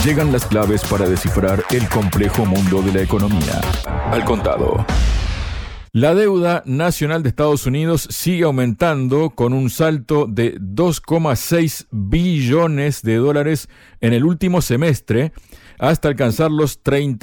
Llegan las claves para descifrar el complejo mundo de la economía. Al contado. La deuda nacional de Estados Unidos sigue aumentando con un salto de 2,6 billones de dólares en el último semestre hasta alcanzar los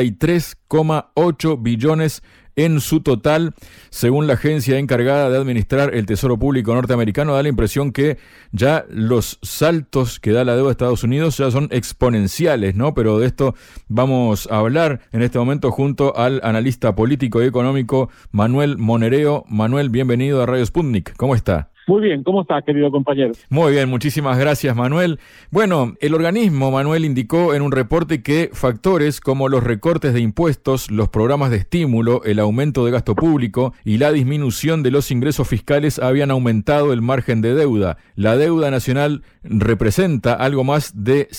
33,8 billones en su total, según la agencia encargada de administrar el Tesoro Público norteamericano. Da la impresión que ya los saltos que da la deuda de Estados Unidos ya son exponenciales, ¿no? Pero de esto vamos a hablar en este momento junto al analista político y económico Manuel Monereo. Manuel, bienvenido a Radio Sputnik. ¿Cómo está? Muy bien, ¿cómo estás, querido compañero? Muy bien, muchísimas gracias, Manuel. Bueno, el organismo, Manuel, indicó en un reporte que factores como los recortes de impuestos, los programas de estímulo, el aumento de gasto público y la disminución de los ingresos fiscales habían aumentado el margen de deuda. La deuda nacional representa algo más de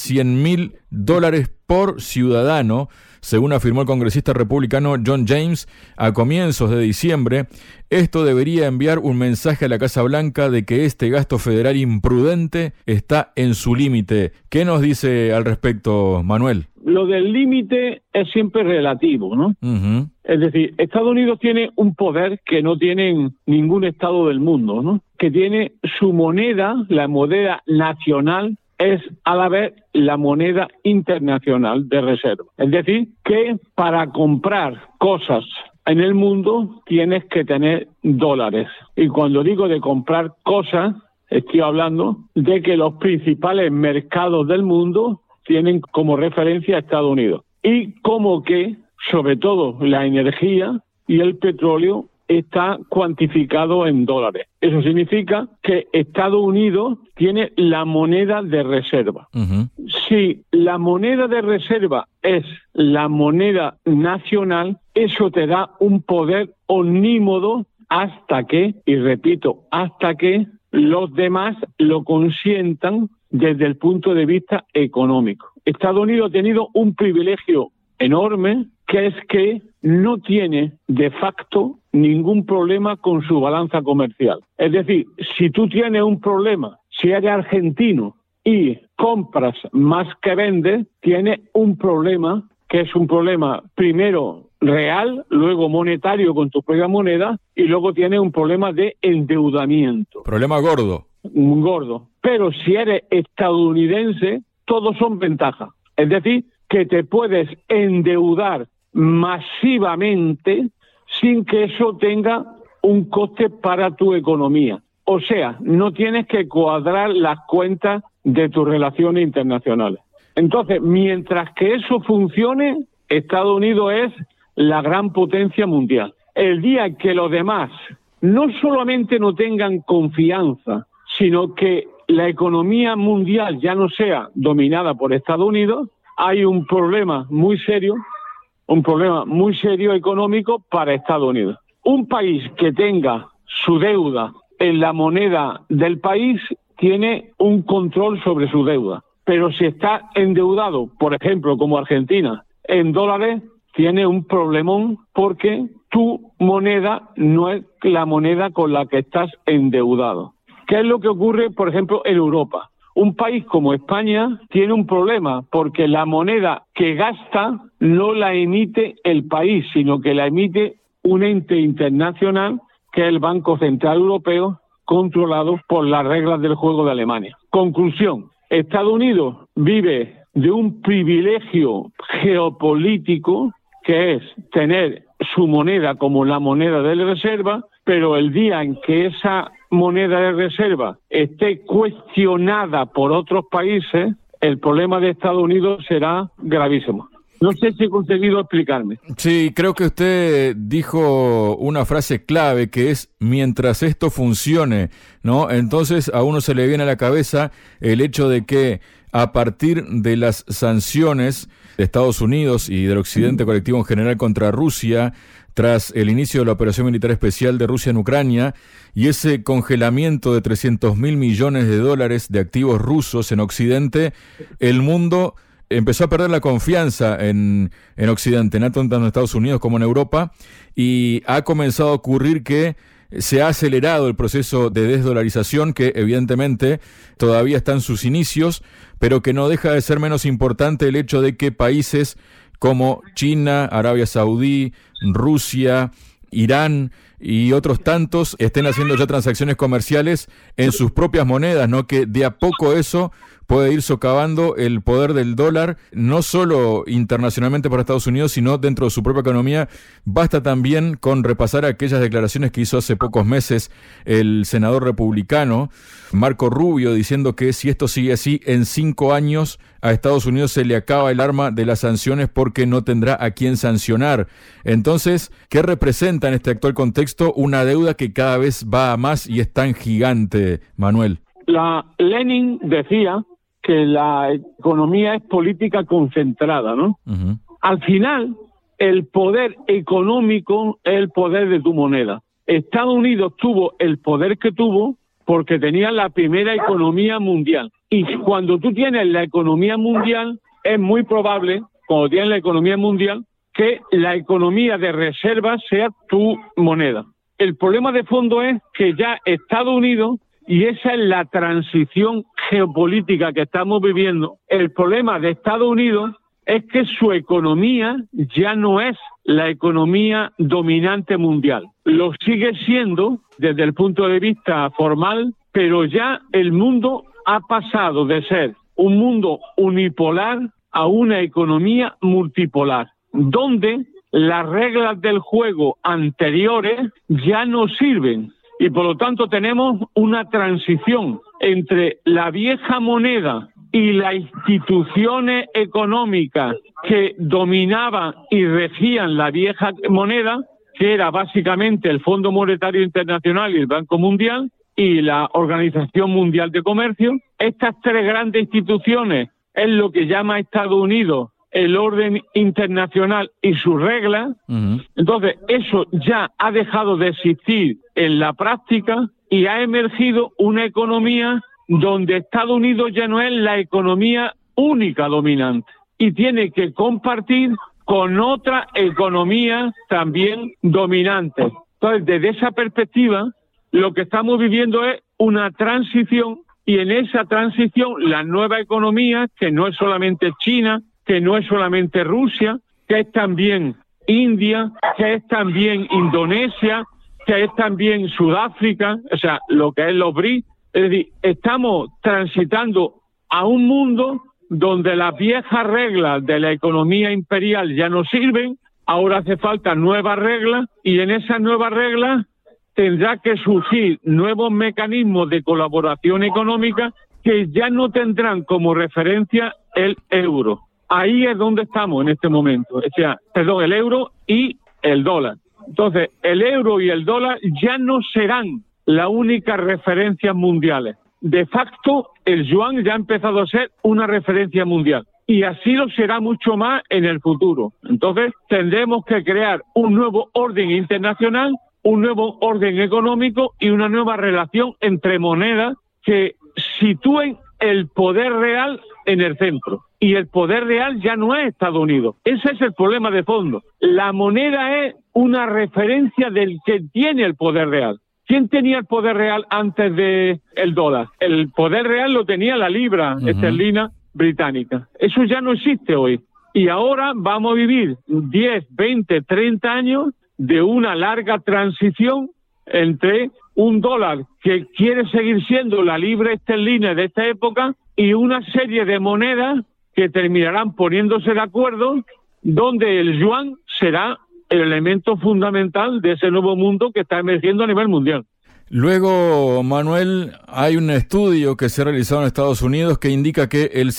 $100,000 por ciudadano, según afirmó el congresista republicano John James a comienzos de diciembre. Esto debería enviar un mensaje a la Casa Blanca de que este gasto federal imprudente está en su límite. ¿Qué nos dice al respecto, Manuel? Lo del límite es siempre relativo, ¿no? Uh-huh. Es decir, Estados Unidos tiene un poder que no tiene ningún estado del mundo, ¿no? Que tiene su moneda, la moneda nacional, es a la vez la moneda internacional de reserva. Es decir, que para comprar cosas en el mundo tienes que tener dólares. Y cuando digo de comprar cosas, estoy hablando de que los principales mercados del mundo tienen como referencia a Estados Unidos. Y como que, sobre todo, la energía y el petróleo está cuantificado en dólares. Eso significa que Estados Unidos tiene la moneda de reserva. Uh-huh. Si la moneda de reserva es la moneda nacional, eso te da un poder omnímodo hasta que, y repito, hasta que los demás lo consientan desde el punto de vista económico. Estados Unidos ha tenido un privilegio enorme, que es que no tiene de facto ningún problema con su balanza comercial. Es decir, si tú tienes un problema, si eres argentino y compras más que vendes, tienes un problema que es un problema primero real, luego monetario con tu propia moneda y luego tienes un problema de endeudamiento. Problema gordo. Gordo. Pero si eres estadounidense, todos son ventajas. Es decir, que te puedes endeudar masivamente sin que eso tenga un coste para tu economía. O sea, no tienes que cuadrar las cuentas de tus relaciones internacionales. Entonces, mientras que eso funcione, Estados Unidos es la gran potencia mundial. El día que los demás no solamente no tengan confianza, sino que la economía mundial ya no sea dominada por Estados Unidos, hay un problema muy serio económico para Estados Unidos. Un país que tenga su deuda en la moneda del país tiene un control sobre su deuda. Pero si está endeudado, por ejemplo, como Argentina, en dólares, tiene un problemón porque tu moneda no es la moneda con la que estás endeudado. ¿Qué es lo que ocurre, por ejemplo, en Europa? Un país como España tiene un problema porque la moneda que gasta no la emite el país, sino que la emite un ente internacional que es el Banco Central Europeo, controlado por las reglas del juego de Alemania. Conclusión, Estados Unidos vive de un privilegio geopolítico que es tener su moneda como la moneda de reserva, pero el día en que esa moneda de reserva esté cuestionada por otros países, el problema de Estados Unidos será gravísimo. No sé si he conseguido explicarme. Sí, creo que usted dijo una frase clave que es mientras esto funcione, ¿no? Entonces a uno se le viene a la cabeza el hecho de que a partir de las sanciones de Estados Unidos y del Occidente colectivo en general contra Rusia, tras el inicio de la operación militar especial de Rusia en Ucrania y ese congelamiento de $300,000 millones de activos rusos en Occidente, el mundo empezó a perder la confianza en Occidente, tanto en Estados Unidos como en Europa, y ha comenzado a ocurrir que se ha acelerado el proceso de desdolarización, que evidentemente todavía está en sus inicios, pero que no deja de ser menos importante el hecho de que países como China, Arabia Saudí, Rusia, Irán y otros tantos estén haciendo ya transacciones comerciales en sus propias monedas, ¿no? Que de a poco eso puede ir socavando el poder del dólar, no solo internacionalmente para Estados Unidos, sino dentro de su propia economía. Basta también con repasar aquellas declaraciones que hizo hace pocos meses el senador republicano Marco Rubio, diciendo que si esto sigue así, en 5 años a Estados Unidos se le acaba el arma de las sanciones porque no tendrá a quién sancionar. Entonces, ¿qué representa en este actual contexto una deuda que cada vez va a más y es tan gigante, Manuel? Lenin decía que la economía es política concentrada, ¿no? Uh-huh. Al final, el poder económico es el poder de tu moneda. Estados Unidos tuvo el poder que tuvo porque tenía la primera economía mundial. Y cuando tú tienes la economía mundial, es muy probable, cuando tienes la economía mundial, que la economía de reserva sea tu moneda. El problema de fondo es que ya Estados Unidos, y esa es la transición geopolítica que estamos viviendo, el problema de Estados Unidos es que su economía ya no es la economía dominante mundial. Lo sigue siendo desde el punto de vista formal, pero ya el mundo ha pasado de ser un mundo unipolar a una economía multipolar, donde las reglas del juego anteriores ya no sirven. Y por lo tanto tenemos una transición entre la vieja moneda y las instituciones económicas que dominaban y regían la vieja moneda, que era básicamente el Fondo Monetario Internacional y el Banco Mundial y la Organización Mundial de Comercio. Estas 3 grandes instituciones es lo que llama Estados Unidos el orden internacional y sus reglas. Uh-huh. Entonces, eso ya ha dejado de existir en la práctica y ha emergido una economía donde Estados Unidos ya no es la economía única dominante y tiene que compartir con otra economía también dominante. Entonces, desde esa perspectiva, lo que estamos viviendo es una transición, y en esa transición la nueva economía, que no es solamente China, que no es solamente Rusia, que es también India, que es también Indonesia, que es también Sudáfrica, o sea, lo que es los BRICS. Es decir, estamos transitando a un mundo donde las viejas reglas de la economía imperial ya no sirven, ahora hace falta nuevas reglas, y en esas nuevas reglas tendrá que surgir nuevos mecanismos de colaboración económica que ya no tendrán como referencia el euro. Ahí es donde estamos en este momento, o sea, el euro y el dólar. Entonces, el euro y el dólar ya no serán las únicas referencias mundiales. De facto, el yuan ya ha empezado a ser una referencia mundial y así lo será mucho más en el futuro. Entonces, tendremos que crear un nuevo orden internacional, un nuevo orden económico y una nueva relación entre monedas que sitúen el poder real en el centro. Y el poder real ya no es Estados Unidos. Ese es el problema de fondo. La moneda es una referencia del que tiene el poder real. ¿Quién tenía el poder real antes del dólar? El poder real lo tenía la libra esterlina británica. Eso ya no existe hoy. Y ahora vamos a vivir 10, 20, 30 años de una larga transición entre un dólar que quiere seguir siendo la libra esterlina de esta época y una serie de monedas que terminarán poniéndose de acuerdo, donde el yuan será el elemento fundamental de ese nuevo mundo que está emergiendo a nivel mundial. Luego, Manuel, hay un estudio que se ha realizado en Estados Unidos que indica que el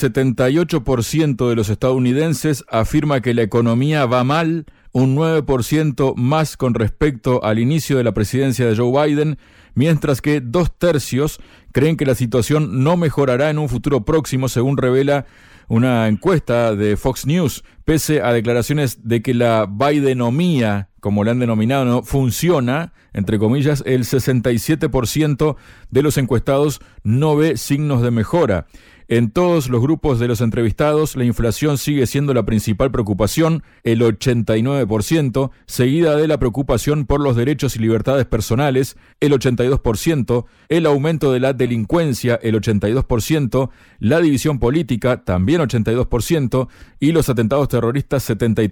78% de los estadounidenses afirma que la economía va mal, un 9% más con respecto al inicio de la presidencia de Joe Biden, mientras que 2/3 creen que la situación no mejorará en un futuro próximo, según revela una encuesta de Fox News, pese a declaraciones de que la Bidenomía, como la han denominado, no funciona, entre comillas. El 67% de los encuestados no ve signos de mejora. En todos los grupos de los entrevistados, la inflación sigue siendo la principal preocupación, el 89%, seguida de la preocupación por los derechos y libertades personales, el 82%, el aumento de la delincuencia, el 82%, la división política, también 82%, y los atentados terroristas,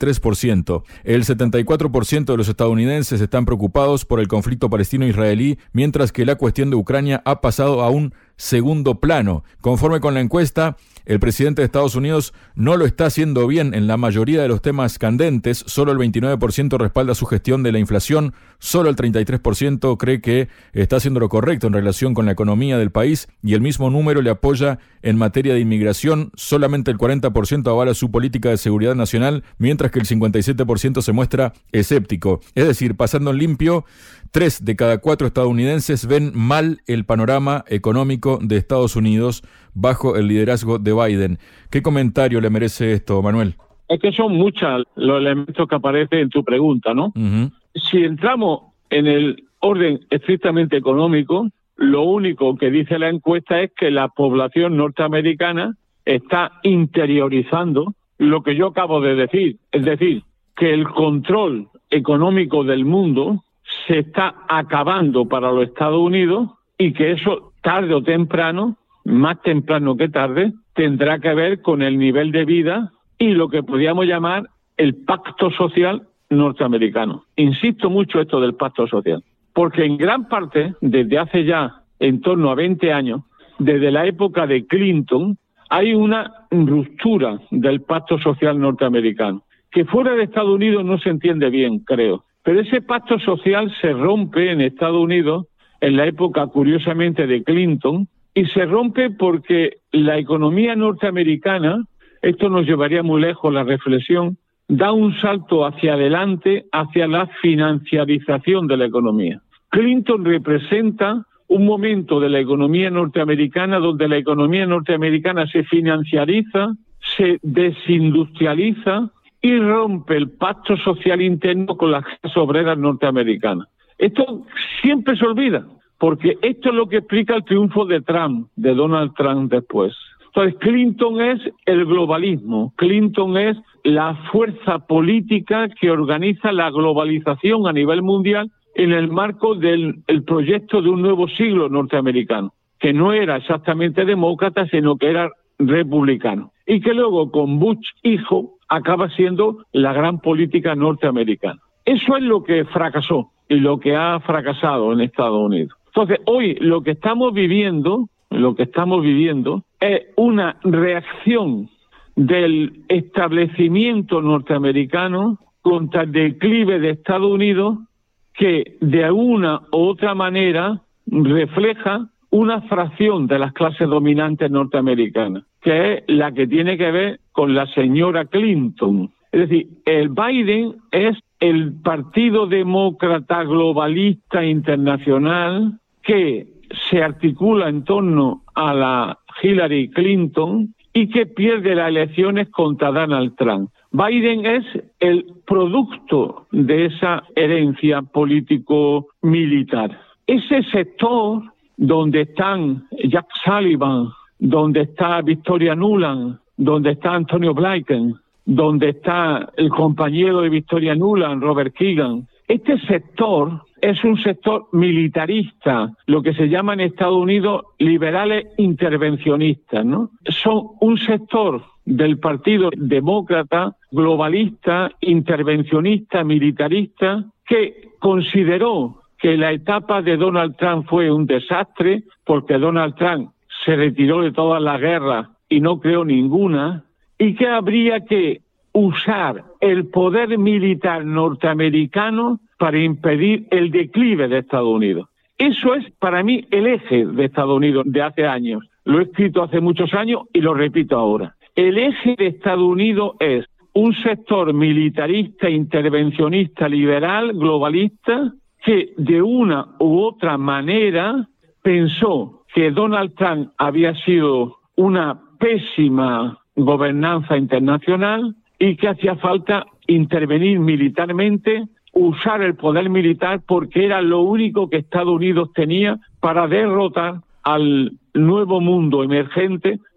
73%. El 74% de los estadounidenses están preocupados por el conflicto palestino-israelí, mientras que la cuestión de Ucrania ha pasado a un segundo plano. Conforme con la encuesta, el presidente de Estados Unidos no lo está haciendo bien en la mayoría de los temas candentes. Solo el 29% respalda su gestión de la inflación, solo el 33% cree que está haciendo lo correcto en relación con la economía del país, y el mismo número le apoya en materia de inmigración. Solamente el 40% avala su política de seguridad nacional, mientras que el 57% se muestra escéptico. Es decir, pasando en limpio, 3 de cada 4 estadounidenses ven mal el panorama económico de Estados Unidos bajo el liderazgo de Biden. ¿Qué comentario le merece esto, Manuel? Es que son muchos los elementos que aparecen en tu pregunta, ¿no? Uh-huh. Si entramos en el orden estrictamente económico, lo único que dice la encuesta es que la población norteamericana está interiorizando lo que yo acabo de decir. Es decir, que el control económico del mundo se está acabando para los Estados Unidos y que eso tarde o temprano, más temprano que tarde, tendrá que ver con el nivel de vida y lo que podríamos llamar el pacto social norteamericano. Insisto mucho esto del pacto social, porque en gran parte, desde hace ya en torno a 20 años, desde la época de Clinton, hay una ruptura del pacto social norteamericano, que fuera de Estados Unidos no se entiende bien, creo. Pero ese pacto social se rompe en Estados Unidos en la época, curiosamente, de Clinton, y se rompe porque la economía norteamericana, esto nos llevaría muy lejos la reflexión, da un salto hacia adelante, hacia la financiarización de la economía. Clinton representa un momento de la economía norteamericana donde la economía norteamericana se financiariza, se desindustrializa y rompe el pacto social interno con las clases obreras norteamericanas. Esto siempre se olvida, porque esto es lo que explica el triunfo de Trump, de Donald Trump después. Entonces, Clinton es el globalismo, Clinton es la fuerza política que organiza la globalización a nivel mundial en el marco del proyecto de un nuevo siglo norteamericano, que no era exactamente demócrata, sino que era republicano, y que luego con Bush hijo acaba siendo la gran política norteamericana. Eso es lo que fracasó y lo que ha fracasado en Estados Unidos. Entonces, hoy lo que estamos viviendo es una reacción del establecimiento norteamericano contra el declive de Estados Unidos, que de una u otra manera refleja una fracción de las clases dominantes norteamericanas, que es la que tiene que ver con la señora Clinton. Es decir, el Biden es el Partido Demócrata Globalista Internacional que se articula en torno a la Hillary Clinton y que pierde las elecciones contra Donald Trump. Biden es el producto de esa herencia político-militar. Ese sector donde están Jack Sullivan, donde está Victoria Nuland, donde está Antonio Blinken, donde está el compañero de Victoria Nuland, Robert Kagan, este sector es un sector militarista, lo que se llama en Estados Unidos liberales intervencionistas, ¿no? Son un sector del Partido Demócrata, globalista, intervencionista, militarista, que consideró que la etapa de Donald Trump fue un desastre, porque Donald Trump se retiró de todas las guerras y no creó ninguna, y que habría que usar el poder militar norteamericano para impedir el declive de Estados Unidos. Eso es para mí el eje de Estados Unidos de hace años. Lo he escrito hace muchos años y lo repito ahora. El eje de Estados Unidos es un sector militarista, intervencionista, liberal, globalista, que de una u otra manera pensó que Donald Trump había sido una pésima gobernanza internacional y que hacía falta intervenir militarmente, usar el poder militar, porque era lo único que Estados Unidos tenía para derrotar al nuevo mundo emergente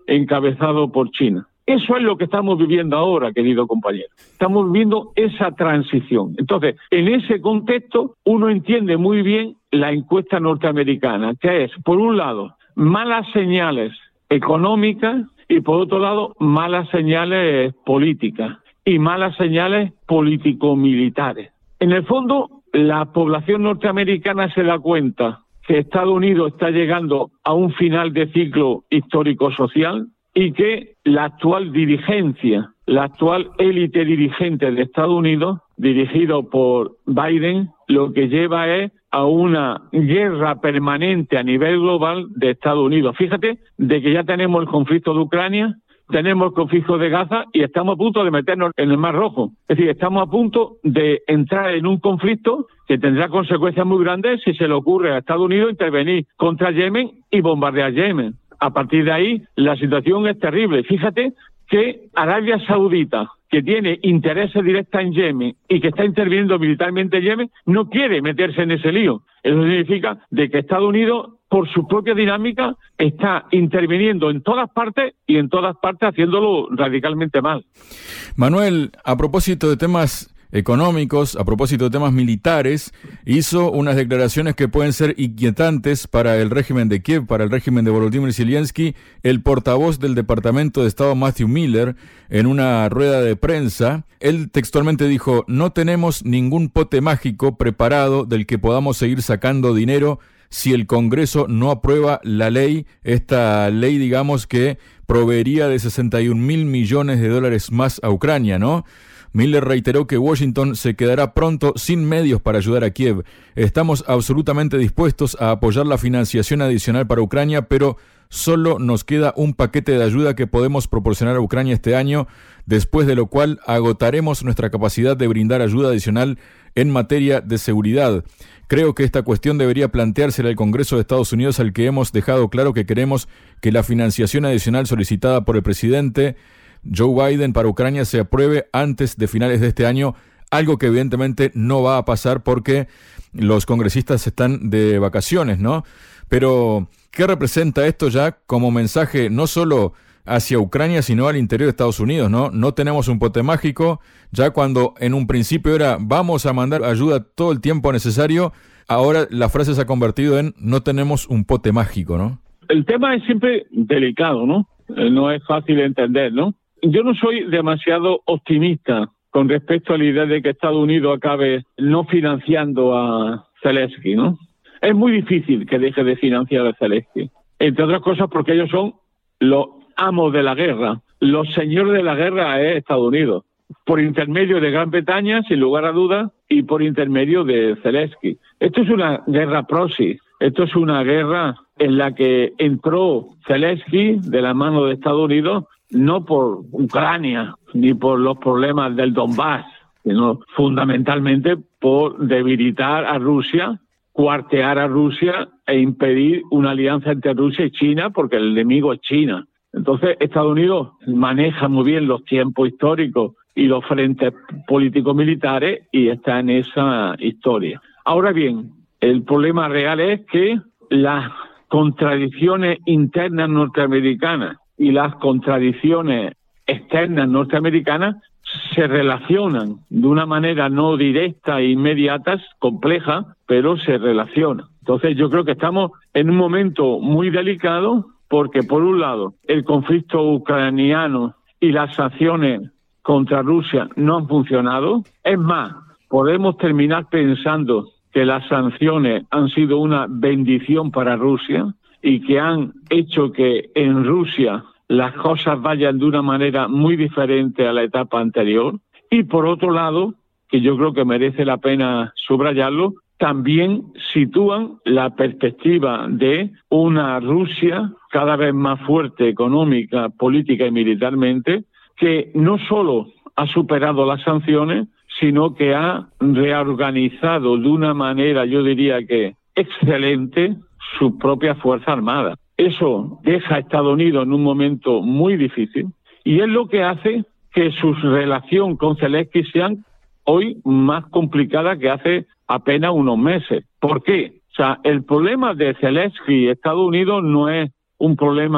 encabezado por China. Eso es lo que estamos viviendo ahora, querido compañero. Estamos viviendo esa transición. Entonces, en ese contexto, uno entiende muy bien la encuesta norteamericana, que es, por un lado, malas señales económicas y, por otro lado, malas señales políticas y malas señales político-militares. En el fondo, la población norteamericana se da cuenta que Estados Unidos está llegando a un final de ciclo histórico-social y que la actual dirigencia, la actual élite dirigente de Estados Unidos, dirigido por Biden, lo que lleva es a una guerra permanente a nivel global de Estados Unidos. Fíjate de que ya tenemos el conflicto de Ucrania, tenemos el conflicto de Gaza y estamos a punto de meternos en el Mar Rojo. Es decir, estamos a punto de entrar en un conflicto que tendrá consecuencias muy grandes si se le ocurre a Estados Unidos intervenir contra Yemen y bombardear Yemen. A partir de ahí, la situación es terrible. Fíjate que Arabia Saudita, que tiene intereses directos en Yemen y que está interviniendo militarmente en Yemen, no quiere meterse en ese lío. Eso significa de que Estados Unidos, por su propia dinámica, está interviniendo en todas partes y en todas partes haciéndolo radicalmente mal. Manuel, a propósito de temas económicos, a propósito de temas militares, hizo unas declaraciones que pueden ser inquietantes para el régimen de Kiev, para el régimen de Volodymyr Zelensky, el portavoz del Departamento de Estado Matthew Miller, en una rueda de prensa. Él textualmente dijo: no tenemos ningún pote mágico preparado del que podamos seguir sacando dinero si el Congreso no aprueba la ley, esta ley, digamos, que proveería de 61.000 millones de dólares más a Ucrania, ¿no? Miller reiteró que Washington se quedará pronto sin medios para ayudar a Kiev. Estamos absolutamente dispuestos a apoyar la financiación adicional para Ucrania, pero solo nos queda un paquete de ayuda que podemos proporcionar a Ucrania este año, después de lo cual agotaremos nuestra capacidad de brindar ayuda adicional en materia de seguridad. Creo que esta cuestión debería planteársela al Congreso de Estados Unidos, al que hemos dejado claro que queremos que la financiación adicional solicitada por el presidente Joe Biden para Ucrania se apruebe antes de finales de este año, algo que evidentemente no va a pasar porque los congresistas están de vacaciones, ¿no? Pero, ¿qué representa esto ya como mensaje no solo hacia Ucrania, sino al interior de Estados Unidos, ¿no? No tenemos un pote mágico, ya cuando en un principio era vamos a mandar ayuda todo el tiempo necesario, ahora la frase se ha convertido en no tenemos un pote mágico, ¿no? El tema es siempre delicado, ¿no? No es fácil de entender, ¿no? Yo no soy demasiado optimista con respecto a la idea de que Estados Unidos acabe no financiando a Zelensky, ¿no? Es muy difícil que deje de financiar a Zelensky, entre otras cosas porque ellos son los amos de la guerra. Los señores de la guerra es Estados Unidos, por intermedio de Gran Bretaña, sin lugar a dudas, y por intermedio de Zelensky. Esto es una guerra proxy, esto es una guerra en la que entró Zelensky de la mano de Estados Unidos, no por Ucrania ni por los problemas del Donbass, sino fundamentalmente por debilitar a Rusia, cuartear a Rusia e impedir una alianza entre Rusia y China, porque el enemigo es China. Entonces, Estados Unidos maneja muy bien los tiempos históricos y los frentes políticos militares y está en esa historia. Ahora bien, el problema real es que las contradicciones internas norteamericanas y las contradicciones externas norteamericanas se relacionan de una manera no directa e inmediata, compleja, pero se relacionan. Entonces yo creo que estamos en un momento muy delicado porque, por un lado, el conflicto ucraniano y las sanciones contra Rusia no han funcionado. Es más, podemos terminar pensando que las sanciones han sido una bendición para Rusia y que han hecho que en Rusia las cosas vayan de una manera muy diferente a la etapa anterior. Y por otro lado, que yo creo que merece la pena subrayarlo, también sitúan la perspectiva de una Rusia cada vez más fuerte económica, política y militarmente, que no solo ha superado las sanciones, sino que ha reorganizado de una manera, yo diría que excelente, su propia Fuerza Armada. Eso deja a Estados Unidos en un momento muy difícil y es lo que hace que su relación con Zelensky sean hoy más complicada que hace apenas unos meses. ¿Por qué? O sea, el problema de Zelensky y Estados Unidos no es un problema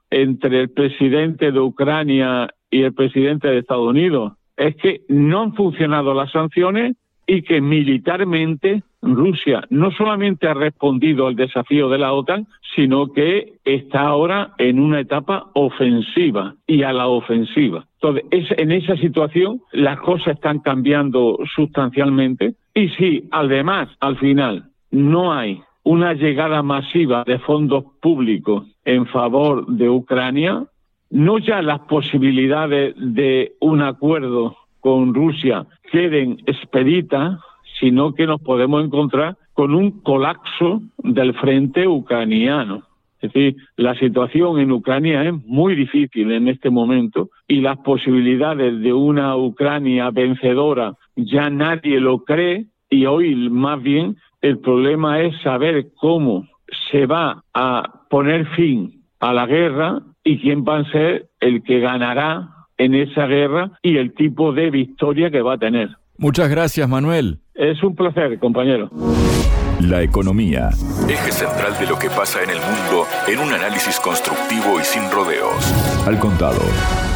entre el presidente de Ucrania y el presidente de Estados Unidos es que no han funcionado las sanciones y que militarmente Rusia no solamente ha respondido al desafío de la OTAN, sino que está ahora en una etapa ofensiva y a la ofensiva. Entonces, en esa situación las cosas están cambiando sustancialmente y si además al final no hay una llegada masiva de fondos públicos en favor de Ucrania, no ya las posibilidades de un acuerdo con Rusia queden expeditas, sino que nos podemos encontrar con un colapso del frente ucraniano. Es decir, la situación en Ucrania es muy difícil en este momento y las posibilidades de una Ucrania vencedora ya nadie lo cree y hoy más bien el problema es saber cómo se va a poner fin a la guerra y quién va a ser el que ganará en esa guerra y el tipo de victoria que va a tener. Muchas gracias, Manuel. Es un placer, compañero. La economía. Eje central de lo que pasa en el mundo en un análisis constructivo y sin rodeos. Al contado.